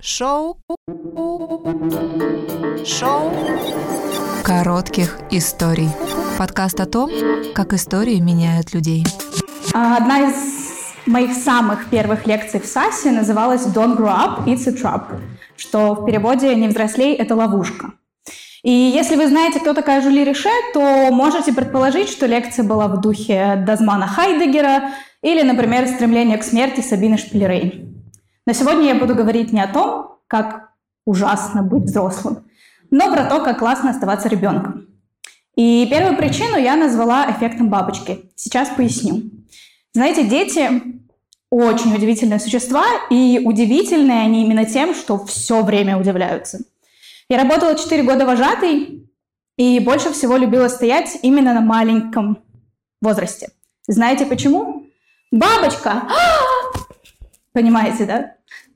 Шоу коротких историй. Подкаст о том, как истории меняют людей. Одна из моих самых первых лекций в САСе называлась «Don't grow up, it's a trap», что в переводе «Не взрослей, это ловушка». И если вы знаете, кто такая Жюли Рише, то можете предположить, что лекция была в духе Дазмана Хайдеггера или, например, «Стремление к смерти» Сабины Шпильрейн. Но сегодня я буду говорить не о том, как ужасно быть взрослым, но про то, как классно оставаться ребенком. И первую причину я назвала эффектом бабочки. Сейчас поясню. Знаете, дети очень удивительные существа, и удивительные они именно тем, что все время удивляются. Я работала 4 года вожатой, и больше всего любила стоять именно на маленьком возрасте. Знаете почему? Бабочка! Понимаете, да?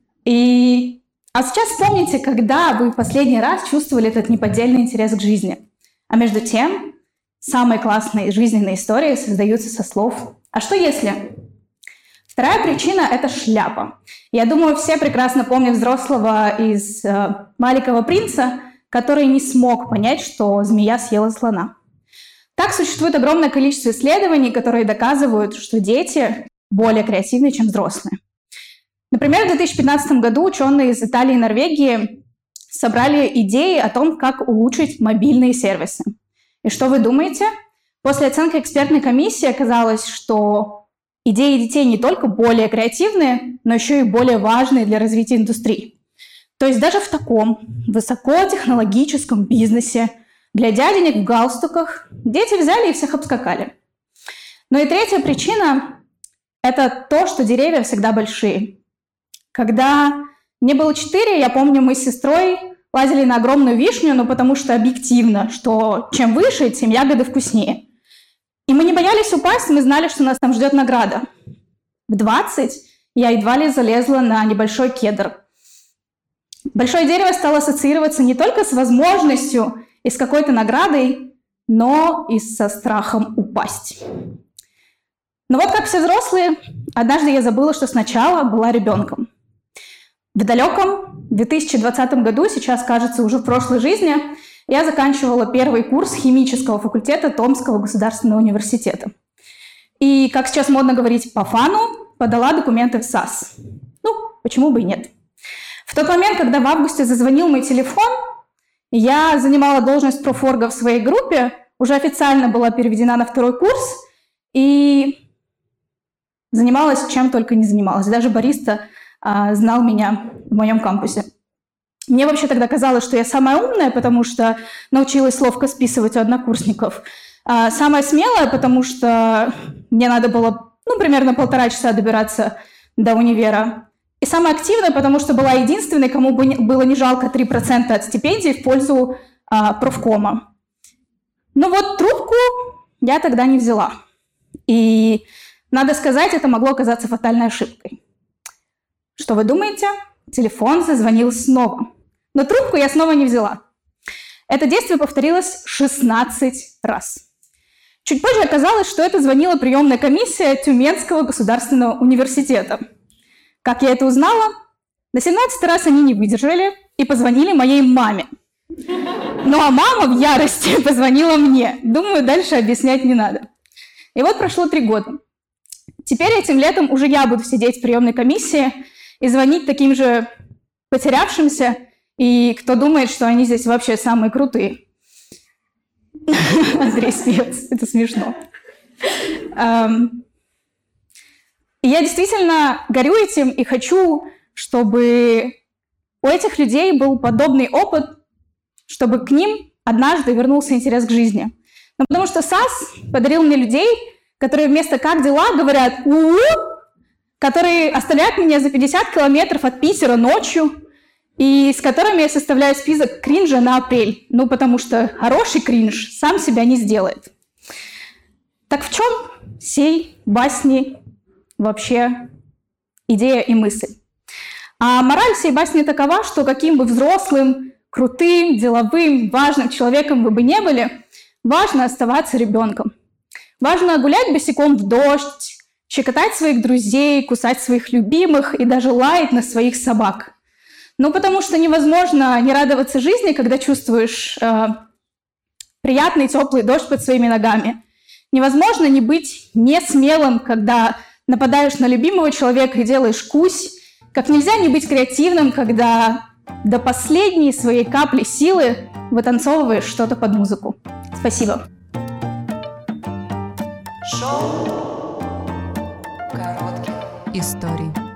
А сейчас вспомните, когда вы в последний раз чувствовали этот неподдельный интерес к жизни. А между тем, самые классные жизненные истории создаются со слов «А что если?». Вторая причина – это шляпа. Я думаю, все прекрасно помнят взрослого из «Маленького принца», который не смог понять, что змея съела слона. Так существует огромное количество исследований, которые доказывают, что дети более креативны, чем взрослые. Например, в 2015 году ученые из Италии и Норвегии собрали идеи о том, как улучшить мобильные сервисы. И что вы думаете? После оценки экспертной комиссии оказалось, что идеи детей не только более креативные, но еще и более важные для развития индустрии. То есть даже в таком высокотехнологическом бизнесе для дяденек в галстуках дети взяли и всех обскакали. Ну и третья причина – это то, что деревья всегда большие. Когда мне было 4, я помню, мы с сестрой лазили на огромную вишню, но потому что объективно, что чем выше, тем ягоды вкуснее. И мы не боялись упасть, мы знали, что нас там ждет награда. В 20 я едва ли залезла на небольшой кедр. Большое дерево стало ассоциироваться не только с возможностью и с какой-то наградой, но и со страхом упасть. Но вот как все взрослые, однажды я забыла, что сначала была ребенком. В далеком 2020 году, сейчас, кажется, уже в прошлой жизни, я заканчивала первый курс химического факультета Томского государственного университета. И, как сейчас модно говорить, по фану подала документы в САС. Ну, почему бы и нет. В тот момент, когда в августе зазвонил мой телефон, я занимала должность профорга в своей группе, уже официально была переведена на второй курс и занималась чем только не занималась. Даже бариста знал меня в моем кампусе. Мне вообще тогда казалось, что я самая умная, потому что научилась ловко списывать у однокурсников. Самая смелая, потому что мне надо было, примерно 1,5 часа добираться до универа. И самая активная, потому что была единственной, кому было не жалко 3% от стипендий в пользу профкома. Но вот трубку я тогда не взяла. И, надо сказать, это могло оказаться фатальной ошибкой. Что вы думаете? Телефон зазвонил снова. Но трубку я снова не взяла. Это действие повторилось 16 раз. Чуть позже оказалось, что это звонила приемная комиссия Тюменского государственного университета. Как я это узнала? На 17 раз они не выдержали и позвонили моей маме. Ну а мама в ярости позвонила мне. Думаю, дальше объяснять не надо. И вот прошло 3 года. Теперь этим летом уже я буду сидеть в приемной комиссии и звонить таким же потерявшимся, и кто думает, что они здесь вообще самые крутые. Андрей смеется, это смешно. И я действительно горю этим и хочу, чтобы у этих людей был подобный опыт, чтобы к ним однажды вернулся интерес к жизни. Но потому что САС подарил мне людей, которые вместо «как дела» говорят «у-у», которые оставляют меня за 50 километров от Питера ночью, и с которыми я составляю список кринжа на апрель. Потому что хороший кринж сам себя не сделает. Так в чем сей басни вообще идея и мысль? А мораль всей басни такова, что каким бы взрослым, крутым, деловым, важным человеком вы бы не были, важно оставаться ребенком. Важно гулять босиком в дождь, щекотать своих друзей, кусать своих любимых и даже лаять на своих собак. Ну, потому что невозможно не радоваться жизни, когда чувствуешь приятный теплый дождь под своими ногами. Невозможно не быть несмелым, когда нападаешь на любимого человека и делаешь кусь. Как нельзя не быть креативным, когда до последней своей капли силы вытанцовываешь что-то под музыку. Спасибо. Шоу коротких историй.